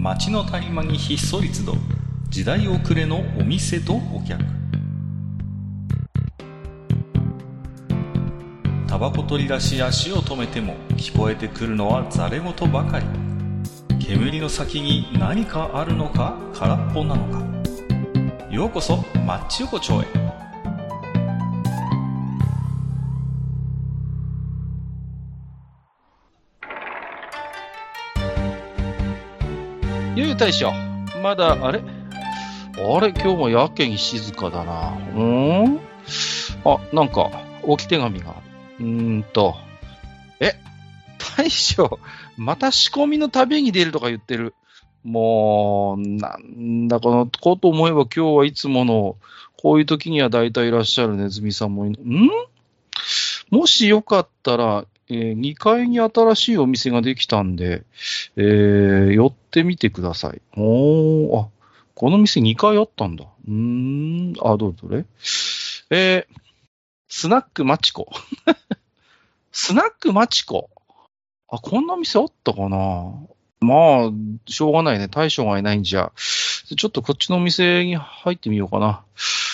街の谷間にひっそり集う時代遅れのお店とお客。タバコ取り出し足を止めても聞こえてくるのはざれ言ばかり。煙の先に何かあるのか空っぽなのか。ようこそマッチ横丁へ。 ゆう大将、まだあれ今日もやけに静かだな。なんか置き手紙が。大将、また仕込みの旅に出るとか言ってる。もう、なんだかなこと思えば今日はいつもの、こういう時には大体いらっしゃるネズミさんももしよかったら、2階に新しいお店ができたんで、寄ってみてください。この店2階あったんだ。どれスナックマチコ。スナックマチコ。こんな店あったかな。まあ、しょうがないね。大将がいないんじゃ。ちょっとこっちのお店に入ってみようかな。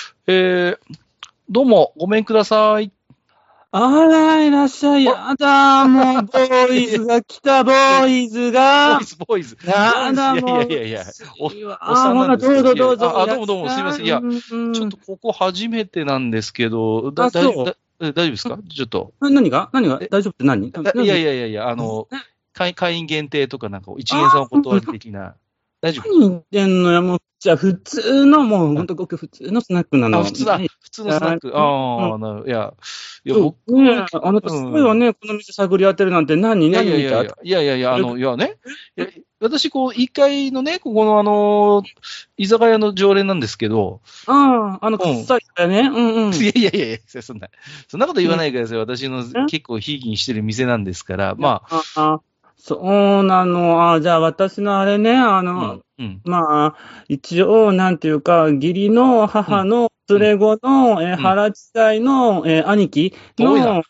どうも、ごめんください。 あら、いらっしゃい。やだ、もう、ボーイズが来た、ボーイズが。 ボーイズ。 やだ、もう。 いや。おさんなんですけど。どうぞ。 どうも、すいません。いや、ちょっとここ初めてなんですけど、大丈夫ですかちょっと。 何が大丈夫って何？ いや、会員限定とかなんか、一元さんお断り的な。大丈夫？ 何言ってんのよ、もう。じゃあ、普通の、もう、ほんとごく普通のスナックなの。 普通のスナック。いや、 僕ね、あなたすごいわね、この店探り当てるなんて何見た？ いやね、私、1階のね、ここの居酒屋の常連なんですけど。 臭いだよね。 いや、そんなこと言わないからですよ。私の結構ひいきにしてる店なんですから、まあ。 そうなの。じゃあ私のあれね、まあ、一応、なんていうか、義理の母の連れ子の、原地帯の、兄貴の、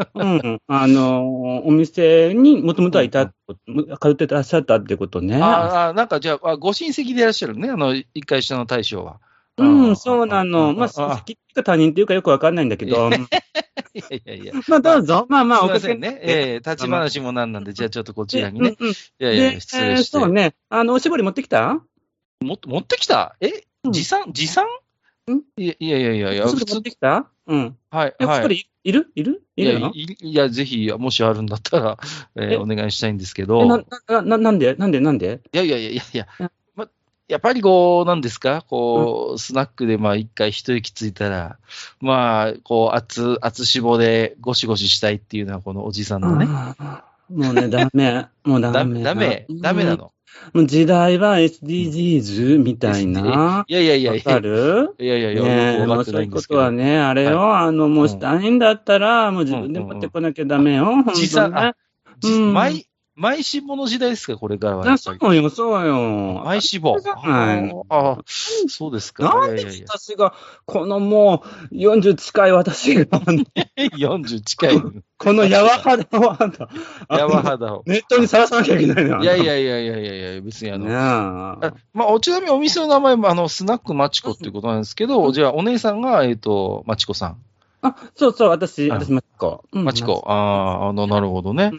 お店にもともとはいた、通ってらっしゃったってことね。 なんかじゃあ、ご親戚でいらっしゃるね、一回下の大将は。 そうなの。まあ、親戚っていうか他人っていうかよくわかんないんだけど。 いや。 まあ、どうぞ。まあ、 すいませんね。立ち話もなんで、じゃあちょっとこちらにね。いや、失礼して。 そうね。おしぼり持ってきた？ 持ってきた？持参いや、 普通持ってきた？ はい。 それいるの？ いや、ぜひ、もしあるんだったら、お願いしたいんですけど。 なんでいや。やっぱりなんですかスナックで一回一息ついたら、厚脂肪でゴシゴシしたいっていうのはこのおじさんのね。 もうね、ダメ。もうダメ。 ダメなの。 もう時代は SDGs みたいな。 いや。 わかる？ いや、よくわかってないんですけど。 そういうことはね、あれよ、もうしたいんだったら、もう自分で持ってこなきゃダメよ。 持参、マイ脂肪の時代ですか、これからは。 そうよ。 マイ脂肪。そうですか。 なんで私が、このもう、40近い私が、 40近い。 この柔肌を、ネットにさらさなきゃいけないな。 いや、別にちなみにお店の名前も、スナックマチコっていうことなんですけど、じゃあ、お姉さんが、マチコさん。 そう、私、マチコ。 マチコ。なるほどね。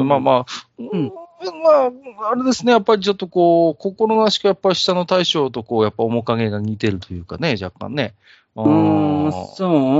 あれですね、やっぱりちょっと心なしかやっぱり下の大将とやっぱ面影が似てるというかね、若干ね。そう、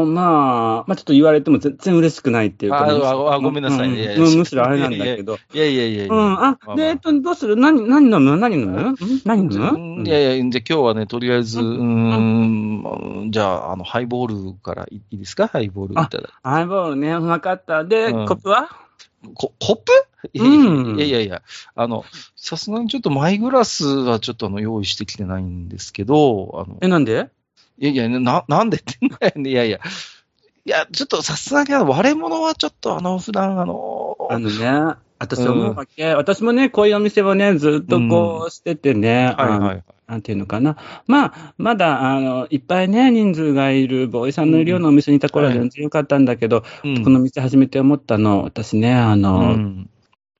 ちょっと言われても全然嬉しくないっていうか。 ごめんなさいね。 むしろあれなんだけど。 いや。 で、どうする？何飲む？ いや、じゃあ今日はね、とりあえず、じゃあ、ハイボールからいいですか？ハイボールいただいて。 ハイボールね、わかった。で、コップは？ コップ？いや。さすがにちょっとマイグラスはちょっと用意してきてないんですけど、 なんで？ いや、なんでってんだよね。いや、ちょっとさすがに割れ物はちょっと普段ね、私思うわけ。私もね、こういうお店をね、ずっとしててね、なんていうのかな。まだ、いっぱいね、人数がいる、ボーイさんのいるようなお店にいた頃は全然よかったんだけど、この店始めて思ったの、私ね、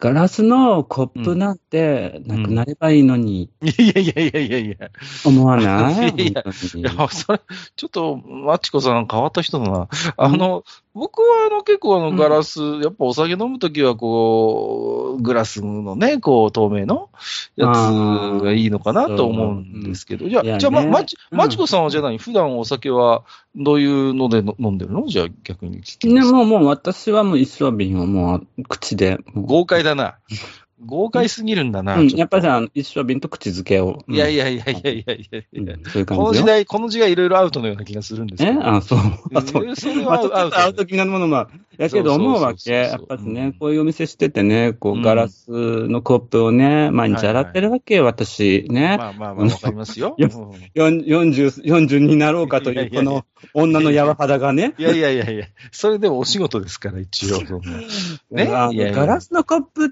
ガラスのコップなんてなくなればいいのに。 いや。 思わないいや、それ、ちょっと、マチコさん変わった人だな。僕は結構ガラス、やっぱお酒飲むときはグラスのね、透明のやつがいいのかなと思うんですけど。じゃあ、マチコさんはじゃあ普段お酒はどういうので飲んでるの？じゃあ逆に聞きます。 ね、もう私はもう一升瓶をもう口で。 豪快だな。豪快すぎるんだな。 やっぱり一升瓶と口づけを。 いや。そういう感じこの時代いろいろアウトのような気がするんですけど。 そう。それはアウト的なものも、やけど思うわけ。やっぱりね、こういうお店しててね、ガラスのコップをね、毎日洗ってるわけよ、私。ね。 まあ、わかりますよ。 40になろうかという、この女の柔肌がね。 いや。それでもお仕事ですから、一応。 ね。ガラスのコップって、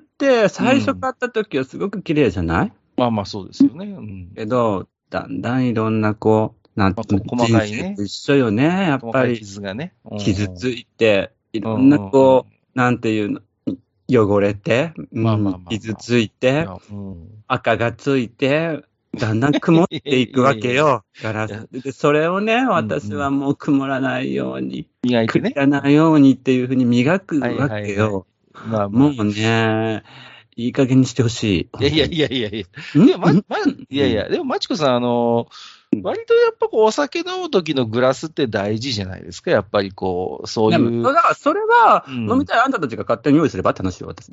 最初買った時はすごく綺麗じゃない？ まあそうですよね。 けど、だんだんいろんななんていうの、細かいね。 一緒よね、やっぱり。 傷がね。 傷ついて、いろんななんていうの、汚れて、傷ついて、赤がついて、だんだん曇っていくわけよ、ガラス。で、それをね、私はもう曇らないように、 磨いてね。 曇らないようにっていうふうに磨くわけよ。もうね、いい加減にしてほしい。 いや。でも、マチコさん、割とやっぱお酒飲む時のグラスって大事じゃないですか、やっぱりそういう。 だからそれは、飲みたいあんたたちが勝手に用意すればって話よ、私。 い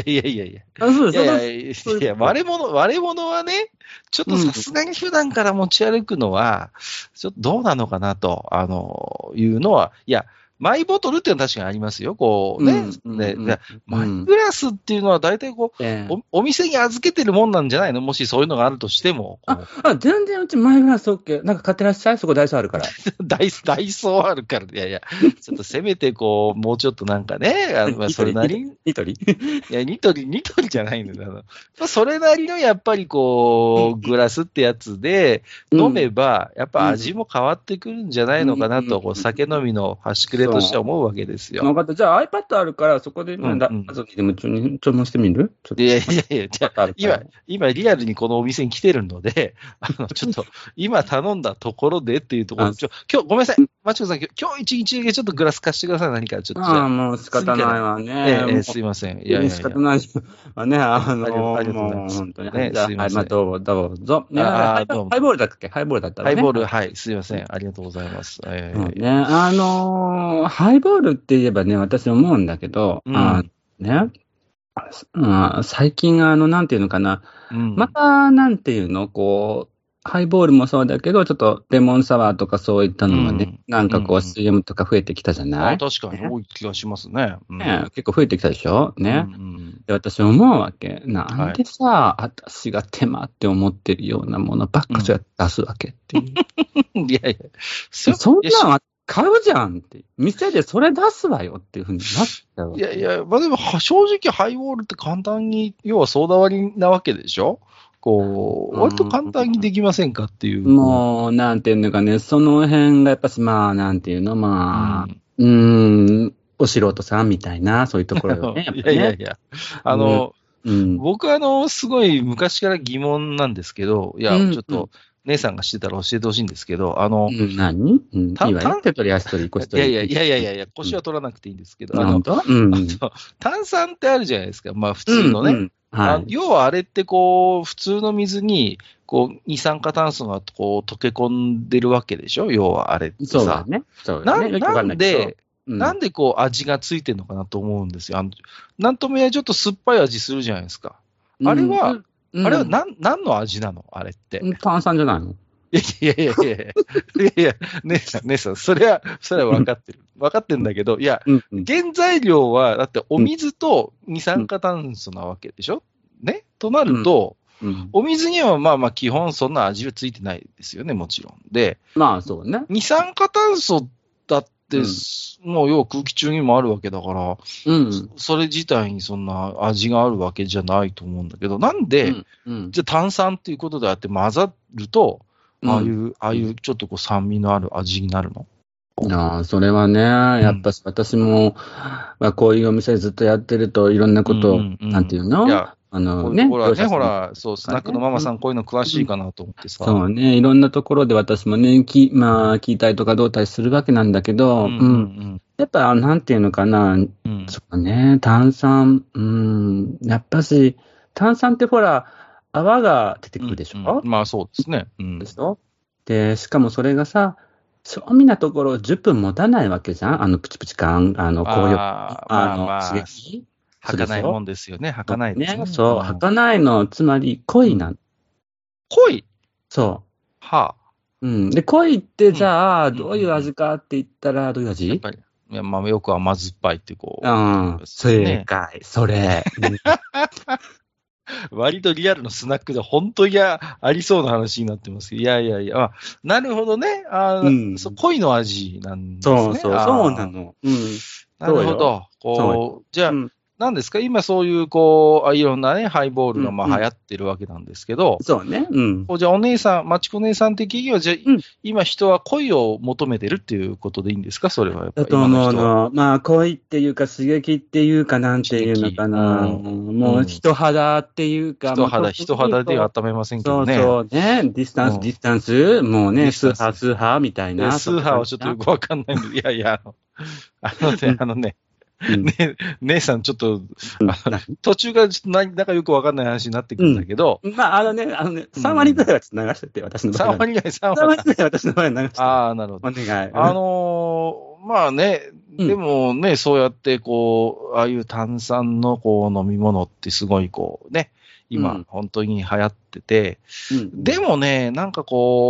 や、割れ物はね、ちょっとさすがに普段から持ち歩くのは、ちょっとどうなのかなと、いうのは、いや、マイボトルっていうのは確かにありますよ。マイグラスっていうのは大体お店に預けてるもんなんじゃないの？もしそういうのがあるとしても。 全然うちマイグラス OK。なんか買ってらっしゃい？そこダイソーあるから。 ダイソーあるから。いや、ちょっとせめてもうちょっとなんかね、それなりに。 ニトリいや、ニトリじゃないんだよ。それなりのやっぱりグラスってやつで飲めば、やっぱ味も変わってくるんじゃないのかなと、酒飲みの端くれとしては思うわけですよ。 分かった。じゃあ iPad あるから、そこで、後にでも注文してみる？ いや、じゃあ、今リアルにこのお店に来てるので、ちょっと、今頼んだところでっていうところ、今日、ごめんなさい。マチコさん、今日一日だけちょっとグラス貸してください。何かちょっと。 もう仕方ないわね。 すいません。 仕方ないわね。 ありがとうございます。 本当に。ね、すいません。どうぞ。ハイボールだっけ？ハイボールだったらね。 ハイボール、はい、すいません。ありがとうございます。 ハイボールって言えばね、私思うんだけど、最近なんていうのかな、また、なんていうの、ハイボールもそうだけど、ちょっとレモンサワーとかそういったのもね、なんかCM とか増えてきたじゃない？ 確かに多い気がしますね。 結構増えてきたでしょ？ね。で、私思うわけ。なんでさ、私が手間って思ってるようなものばっかし出すわけっていう。 いや、 そんなんは買うじゃんって。店でそれ出すわよっていうふうになっちゃう。 いや、でも正直ハイボールって簡単に、要はソーダ割りなわけでしょ？割と簡単にできませんかっていう。 もう、なんていうのかね、その辺がやっぱし、なんていうの、お素人さんみたいな、そういうところよね。 いや。僕すごい昔から疑問なんですけど、いや、ちょっと、姉さんが知ってたら教えてほしいんですけど、 何？いいわよ。手取り足取り、腰取り。 いや、腰は取らなくていいんですけど、炭酸ってあるじゃないですか。普通のね。要はあれって普通の水に、二酸化炭素が溶け込んでるわけでしょ？要はあれってさ。 そうだね。 なんで味がついてるのかなと思うんですよ。なんともちょっと酸っぱい味するじゃないですか。あれは何の味なの？あれって。 炭酸じゃないの？ いや、姉さん、それは分かってる。分かってるんだけど、いや、原材料は、だってお水と二酸化炭素なわけでしょ？ね？となると、お水には基本そんな味はついてないですよね、もちろん。で、 そうね。 二酸化炭素だって、もう要は空気中にもあるわけだから、それ自体にそんな味があるわけじゃないと思うんだけど、なんで、じゃあ炭酸っていうことであって混ざると、ああいうちょっと酸味のある味になるの？ それはね、やっぱ私も、まあ、こういうお店ずっとやってると、いろんなことを、なんていうの？ いや、こういうところはね、ほら、そう、スナックのママさん、 んこういうの詳しいかなと思ってさ。 そうね、いろんなところで私もね、まあ、聞いたりとかどうたりするわけなんだけど、やっぱ、なんていうのかな、そうね、炭酸、やっぱし、炭酸ってほら、泡が出てくるでしょ？ まあそうですね。 でしょ？で、しかもそれがさ、正味なところ10分持たないわけじゃん？プチプチ感、高揚、刺激。 吐かないもんですよね。吐かないですね。 そう、吐かないの、つまり恋なん。 恋？ そう。 はあ。 で、恋って、じゃあ、どういう味かって言ったら、どういう味？ やっぱり、いや、まあ、よく甘酸っぱいってこう。 正解。それ。 割とリアルのスナックで本当にありそうな話になってますけど、いやいやいや、なるほどね。恋の味なんですね。 そうなの。 なるほど。じゃあ、なんですか今そういう、いろんなね、ハイボールがまあ流行ってるわけなんですけど、 そうね。 じゃあお姉さん、まちこ姉さん的には、じゃあ、今人は恋を求めてるっていうことでいいんですかそれはやっぱり。 だと思うの。まあ、恋っていうか刺激っていうかなんていうのかな。もう人肌っていうか。 人肌では温めませんけどね。 そうね。ディスタンス。もうね、スーハーみたいな。 スーハーはちょっとよくわかんないんで、いやいや、姉さん、ちょっと、途中からちょっとなんかよくわかんない話になってくるんだけど。 まあ、3割ぐらいは流してて、私の場合。 3割ぐらい、 3割ぐらい私の場合流してて。 ああ、なるほど。 お願い。 まあね、でもね、そうやって、ああいう炭酸の飲み物ってすごいね、今、本当に流行ってて、でもね、なんか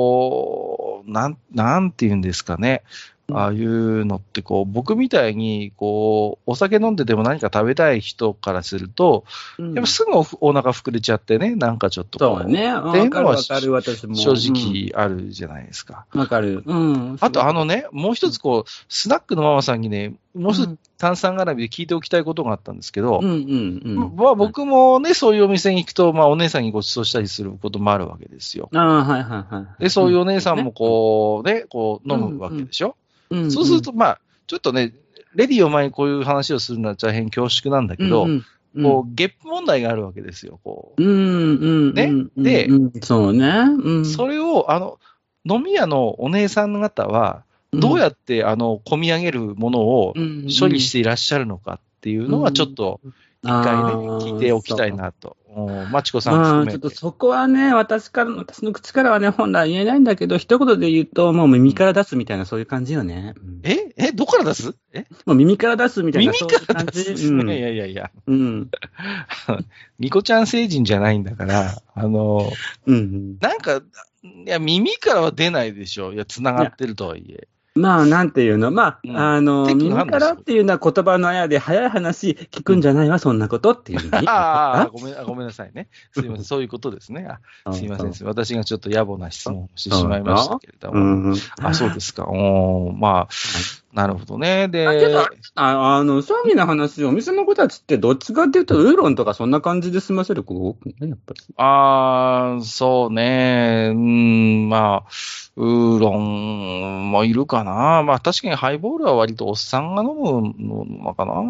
なんて言うんですかね、ああいうのって僕みたいにお酒飲んでても何か食べたい人からすると、やっぱすぐお腹膨れちゃってね、なんかちょっとそうね。 っていうのは私も正直あるじゃないですか。 わかる。 あともう一つスナックのママさんにね、もう一つ炭酸絡みで聞いておきたいことがあったんですけど、まあ僕もね、そういうお店に行くと、まあお姉さんにご馳走したりすることもあるわけですよ。で、そういうお姉さんも飲むわけでしょ。そうすると、まあ、ちょっとね、レディを前にこういう話をするのは大変恐縮なんだけど、ゲップ問題があるわけですよ、ね。で、 そうね。 それを、飲み屋のお姉さん方は、どうやって、込み上げるものを処理していらっしゃるのかっていうのは、ちょっと、一回ね、聞いておきたいなと。まちこさん含めて。 ちょっとそこはね、私の口からはね、本来言えないんだけど、一言で言うと、もう耳から出すみたいな、そういう感じよね。 どこから出す？ もう耳から出すみたいな、 そういう感じ。いや。みこちゃん星人じゃないんだから、なんか、いや、耳からは出ないでしょ。いや、繋がってるとはいえ。 まあ、なんていうの、まあ、耳からっていうのは言葉のあやで、早い話聞くんじゃないわ、そんなことっていう意味。 ごめんなさいね。すいません、そういうことですね。すいません。私がちょっと野暮な質問をしてしまいましたけれども。そうですか。まあ、なるほどね。で、 けど、正味な話、お店の子たちってどっちかっていうと、ウーロンとかそんな感じで済ませる子が多くないやっぱり。 そうね。まあ、ウーロンもいるかな。まあ確かにハイボールは割とおっさんが飲むのかな。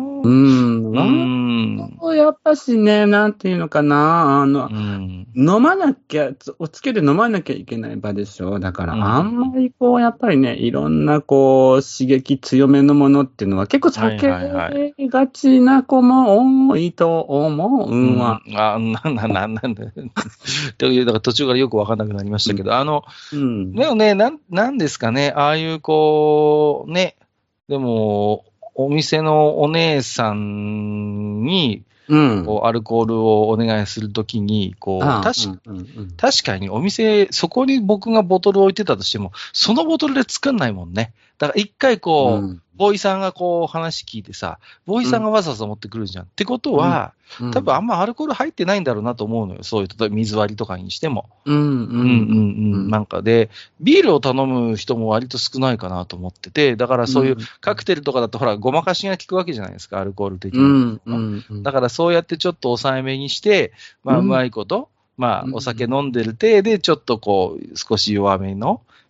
やっぱしね、なんていうのかな。飲まなきゃ、おつけで飲まなきゃいけない場でしょ。だから、あんまりやっぱりね、いろんな刺激強めのものっていうのは結構避けがちな子も多いと思うわ。 なんだ。だから途中からよくわかんなくなりましたけど、でもね、なんですかね、ああいうね、でも、お店のお姉さんに、アルコールをお願いするときに、確かにお店、そこに僕がボトルを置いてたとしても、そのボトルで作んないもんね。だから一回ボーイさんが話聞いてさ、ボーイさんがわざわざ持ってくるじゃん。ってことは、多分あんまアルコール入ってないんだろうなと思うのよ。そういう、例えば水割りとかにしても。なんかで、ビールを頼む人も割と少ないかなと思ってて、だからそういうカクテルとかだとほら、ごまかしが効くわけじゃないですか、アルコール的に。だからそうやってちょっと抑えめにして、まあ、うまいこと、まあ、お酒飲んでる体で、ちょっと少し弱めの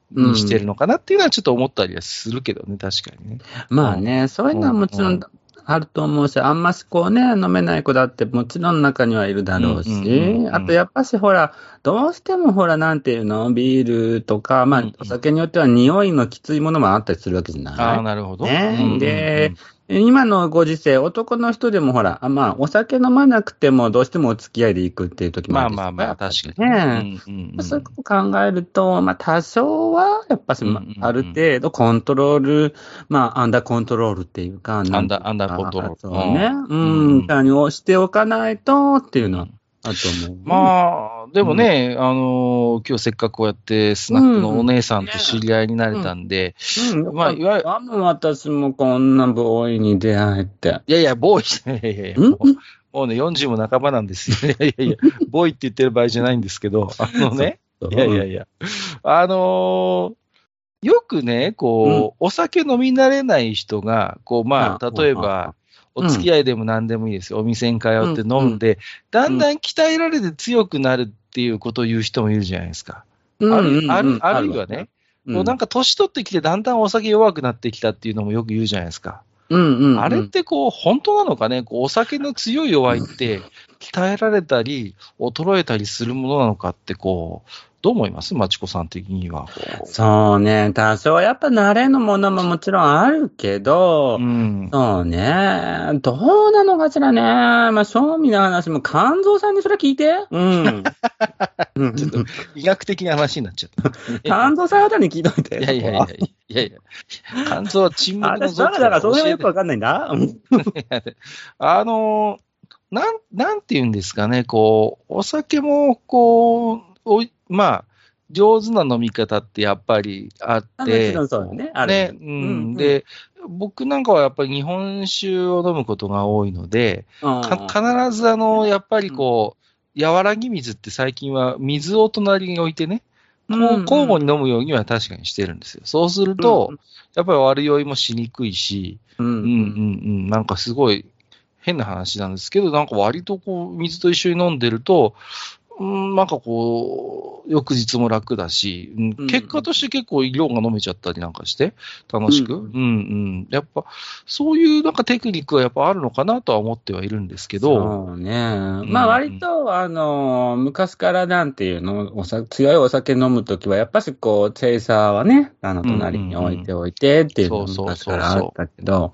にしてるのかなっていうのはちょっと思ったりはするけどね、確かにね。 まあね、そういうのはもちろんあると思うし、あんましこうね、飲めない子だってもちろん中にはいるだろうし、あとやっぱしほら、どうしてもほら、なんていうの、ビールとか、まあ、お酒によっては匂いのきついものもあったりするわけじゃない。 ああ、なるほど。 ね。で、今のご時世、男の人でもほら、まあ、お酒飲まなくてもどうしてもお付き合いで行くっていう時もあるんですよ。 まあ、確かに。 ね。そういうことを考えると、まあ、多少は、やっぱし、ある程度コントロール、まあ、アンダーコントロールっていうか、 アンダーコントロール。 そうね。何をしておかないとっていうのは、あと思う。 まあ、でもね、今日せっかくこうやってスナックのお姉さんと知り合いになれたんで、まあ、いわゆる。 私もこんなボーイに出会えて。 いやいや、ボーイじゃない。もうね、40も半ばなんですよ。いやいやいや、ボーイって言ってる場合じゃないんですけど、ね。いやいやいや。よくね、こう、お酒飲み慣れない人が、こう、まあ、例えば、お付き合いでも何でもいいですよ。お店に通って飲んで、だんだん鍛えられて強くなるっていうことを言う人もいるじゃないですか。あるいはね、こうなんか年取ってきてだんだんお酒弱くなってきたっていうのもよく言うじゃないですか。あれってこう、本当なのかね、こうお酒の強い弱いって、鍛えられたり、衰えたりするものなのかって、こう、どう思いますまちこさん的には。 そうね、多少やっぱ慣れのものももちろんあるけど、そうね、どうなのかしらね。まあ、正味な話も、肝臓さんにそれ聞いて。 ちょっと医学的な話になっちゃった。 肝臓さんあたりに聞いといて。 いやいや。肝臓は沈黙の臓器だからそれはよくわかんないんだ。 なんて言うんですかね、こう、お酒も、こう、まあ、上手な飲み方ってやっぱりあって、 もちろんそうよね。ある。 で、僕なんかはやっぱり日本酒を飲むことが多いので、必ずやっぱりこう、和らぎ水って最近は水を隣に置いてね、交互に飲むようには確かにしてるんですよ。そうすると、やっぱり悪酔いもしにくいし、なんかすごい変な話なんですけど、なんか割とこう、水と一緒に飲んでると、なんかこう、翌日も楽だし、結果として結構量が飲めちゃったりなんかして、楽しく。やっぱ、そういうなんかテクニックはやっぱあるのかなとは思ってはいるんですけど。 そうね。まあ割と、昔からなんていうの、強いお酒飲むときは、やっぱしこう、チェイサーはね、隣に置いておいてっていうのが昔からあったけど。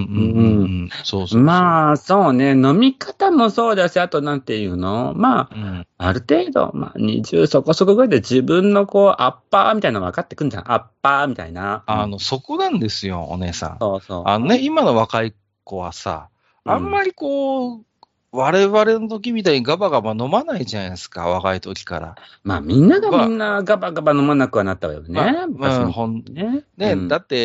まあ、そうね。飲み方もそうだし、あとなんていうの、まあ、ある程度、まあ、20そこそこぐらいで自分のこう、アッパーみたいなの分かってくんじゃん。アッパーみたいな。 そこなんですよ、お姉さん。 そうそう。 今の若い子はさ、あんまりこう、我々の時みたいにガバガバ飲まないじゃないですか、若い時から。 まあ、みんながみんなガバガバ飲まなくはなったわよね。 だって、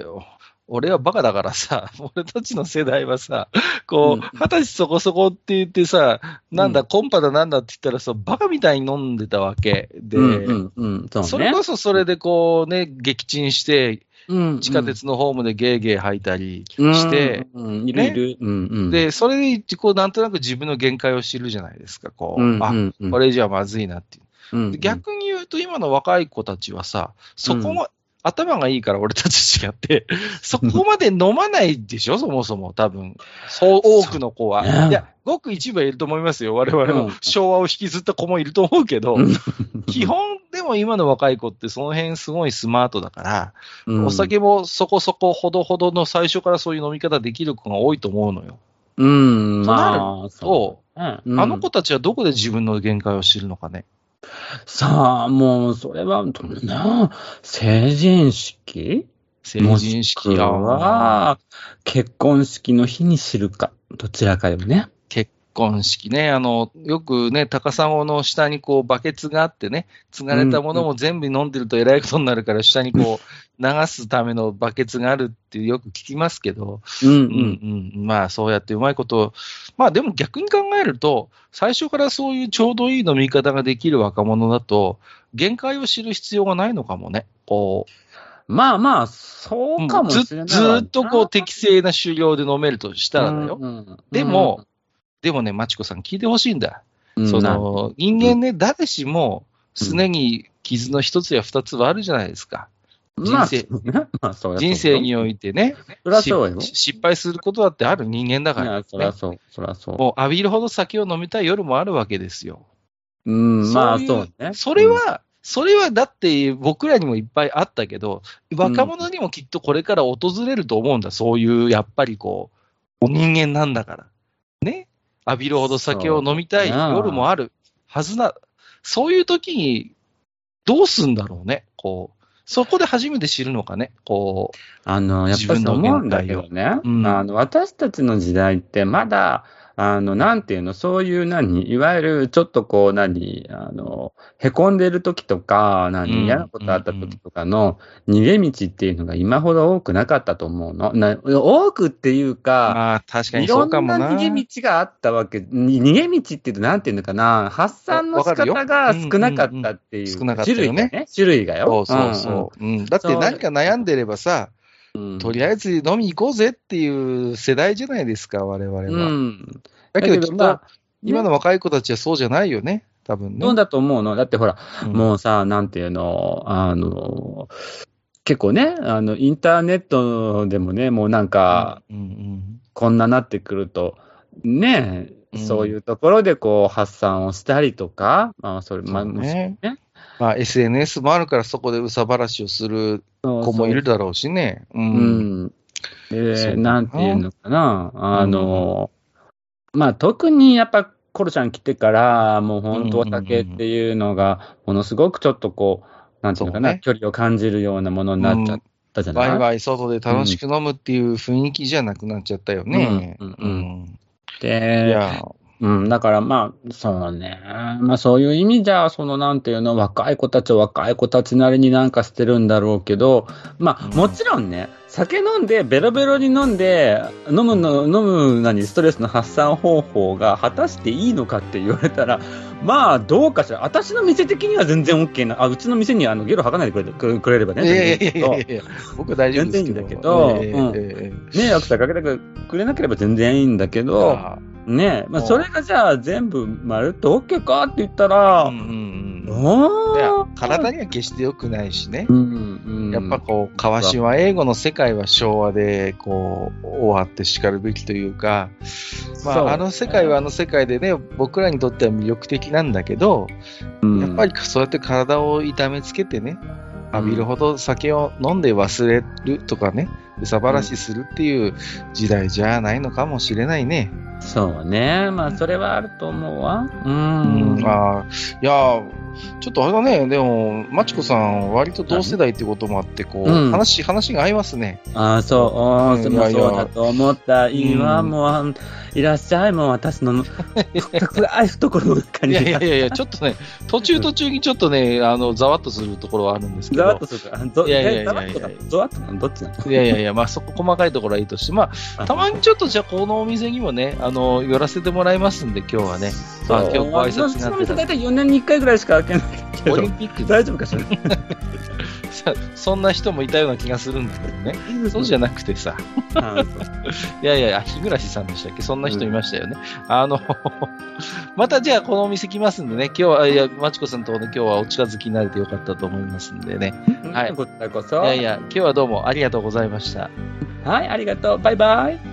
俺はバカだからさ、俺たちの世代はさ、こう、20歳そこそこって言ってさ、なんだ、コンパだなんだって言ったらさ、バカみたいに飲んでたわけで、それこそそれでこうね、撃沈して、地下鉄のホームでゲーゲー吐いたりして、で、それで、こう、なんとなく自分の限界を知るじゃないですか、こう、これ以上はまずいなっていう。逆に言うと、今の若い子たちはさ、そこも、頭がいいから俺たち違って、そこまで飲まないでしょ、そもそも、多分。多くの子は。いや、ごく一部はいると思いますよ。我々の昭和を引きずった子もいると思うけど、基本でも今の若い子ってその辺すごいスマートだから、お酒もそこそこほどほどの最初からそういう飲み方できる子が多いと思うのよ。となると、あの子たちはどこで自分の限界を知るのかね。 さあ、もう、それは、成人式は、結婚式の日に知るか、どちらかよね。 結婚式ね、よくね、高砂の下にこう、バケツがあってね、継がれたものも全部飲んでると偉いことになるから、下にこう、流すためのバケツがあるってよく聞きますけど、まあ、そうやってうまいこと、まあでも逆に考えると、最初からそういうちょうどいい飲み方ができる若者だと、限界を知る必要がないのかもね。 まあまあ、そうかもしれない。 ずっとこう適正な酒量で飲めるとしたらだよ。でもね、まちこさん聞いてほしいんだ。人間ね、誰しも常に傷の一つや二つはあるじゃないですか。 まあ、 人そう人生においてね、 そりゃそうよ。 失敗することだってある人間だから、ね。 そりゃそう、そりゃそう。 もう浴びるほど酒を飲みたい夜もあるわけですよ。 まあそうね。 それはだって僕らにもいっぱいあったけど、若者にもきっとこれから訪れると思うんだ。そういう、やっぱりこう、人間なんだから。ね。浴びるほど酒を飲みたい夜もあるはずな。そういう時に、どうすんだろうね。こう、そこで初めて知るのかね。こう。 やっぱり思うんだけどね。私たちの時代ってまだ、なんていうの、そういういわゆるちょっとこうへこんでる時とか、嫌なことあった時とかの逃げ道っていうのが今ほど多くなかったと思うの。多くっていうか、 まあ確かにそうかもな。 いろんな逃げ道があったわけ。逃げ道っていうとなんていうのかな、発散の仕方が少なかったっていう。 少なかったよね。 種類がよ。 そう。だって何か悩んでればさ、とりあえず飲み行こうぜっていう世代じゃないですか、我々は。だけどきっと、今の若い子たちはそうじゃないよね、多分ね。 そうだと思うの。だってほら、もうさ、なんていうの、結構ね、インターネットでもね、もうなんか、こんななってくると、ね、そういうところでこう発散をしたりとか、 SNS もあるからそこでうさばらしをする子もいるだろうしね。 で、なんていうのかな、まあ特にやっぱコロちゃん来てから、もう本当お酒っていうのが、ものすごくちょっとこう、なんていうのかな、距離を感じるようなものになっちゃったじゃない。 ワイワイ外で楽しく飲むっていう雰囲気じゃなくなっちゃったよね。 で、だからまあ、そうね。まあそういう意味じゃ、なんていうの、若い子たちは若い子たちなりになんかしてるんだろうけど、まあもちろんね、酒飲んで、ベロベロに飲んで、飲むストレスの発散方法が果たしていいのかって言われたら、まあどうかしら。私の店的には全然 OK な。うちの店にゲロ吐かないでくれればね。 いや僕は大丈夫ですけど。 全然いいんだけど、迷惑さかけてくれなければ全然いいんだけど、ねえ、まあ、それがじゃあ全部まるっと OK かって言ったら、 体には決して良くないしね。やっぱこう、川島英語の世界は昭和でこう、終わって叱るべきというか、まあ、あの世界はあの世界でね、僕らにとっては魅力的なんだけど、やっぱりそうやって体を痛めつけてね、浴びるほど酒を飲んで忘れるとかね、うさばらしするっていう時代じゃないのかもしれないね。 そうね。まあ、それはあると思うわ。 いや、ちょっとあれだね。でも、まちこさん、割と同世代ってこともあって、こう、話が合いますね。 そう。そうだと思った。いいわ、もう、いらっしゃい、もう私の、暗い懐の中に。 いや、ちょっとね、途中にちょっとね、ざわっとするところはあるんですけど。 ざわっとするか。ざわっとなのどっちなの？ いや、まあ、そこ細かいところはいいとして、まあ、たまにちょっとじゃあ、このお店にもね、寄らせてもらいますんで、今日はね。 今日ご挨拶になってた。大体4年に1回ぐらいしか開けないけど。 オリンピック大丈夫かしらそんな人もいたような気がするんだけどね。そうじゃなくてさ。いや、日暮さんでしたっけ？そんな人いましたよね。またじゃあこのお店来ますんでね、今日は、まちこさんとね、今日はお近づきになれてよかったと思いますんでね。 はい。こちらこそ。 今日はどうもありがとうございました。 はい、ありがとう。バイバイ。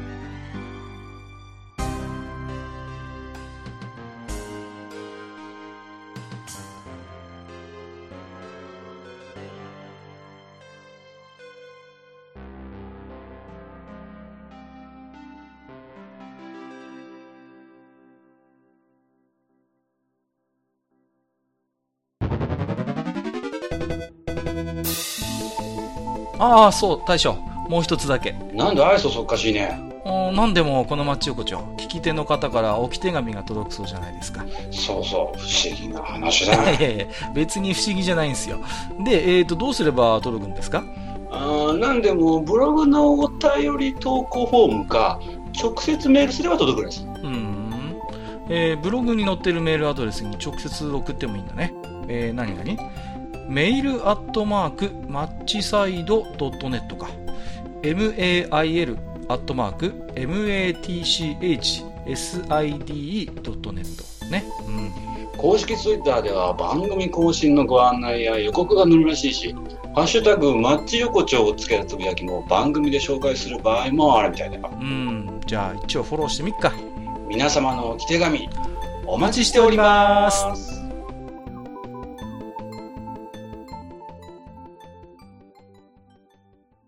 ああ、そう、大将。もう一つだけ。 なんで愛想そっかしいね。 なんでもこの町横丁、聞き手の方から置き手紙が届くそうじゃないですか。 そうそう、不思議な話だね。 いや、別に不思議じゃないんですよ。で、どうすれば届くんですか？ なんでもブログのお便り投稿フォームか、直接メールすれば届くです。 ブログに載ってるメールアドレスに直接送ってもいいんだね。何メールアットマークマッチサイドドットネットか。mail アットマーク matchside.net ね。 公式ツイッターでは番組更新のご案内や予告が載るらしいし、ハッシュタグマッチ横丁をつけたつぶやきも番組で紹介する場合もあるみたいだよ。 じゃあ一応フォローしてみっか。 皆様のお手紙お待ちしております。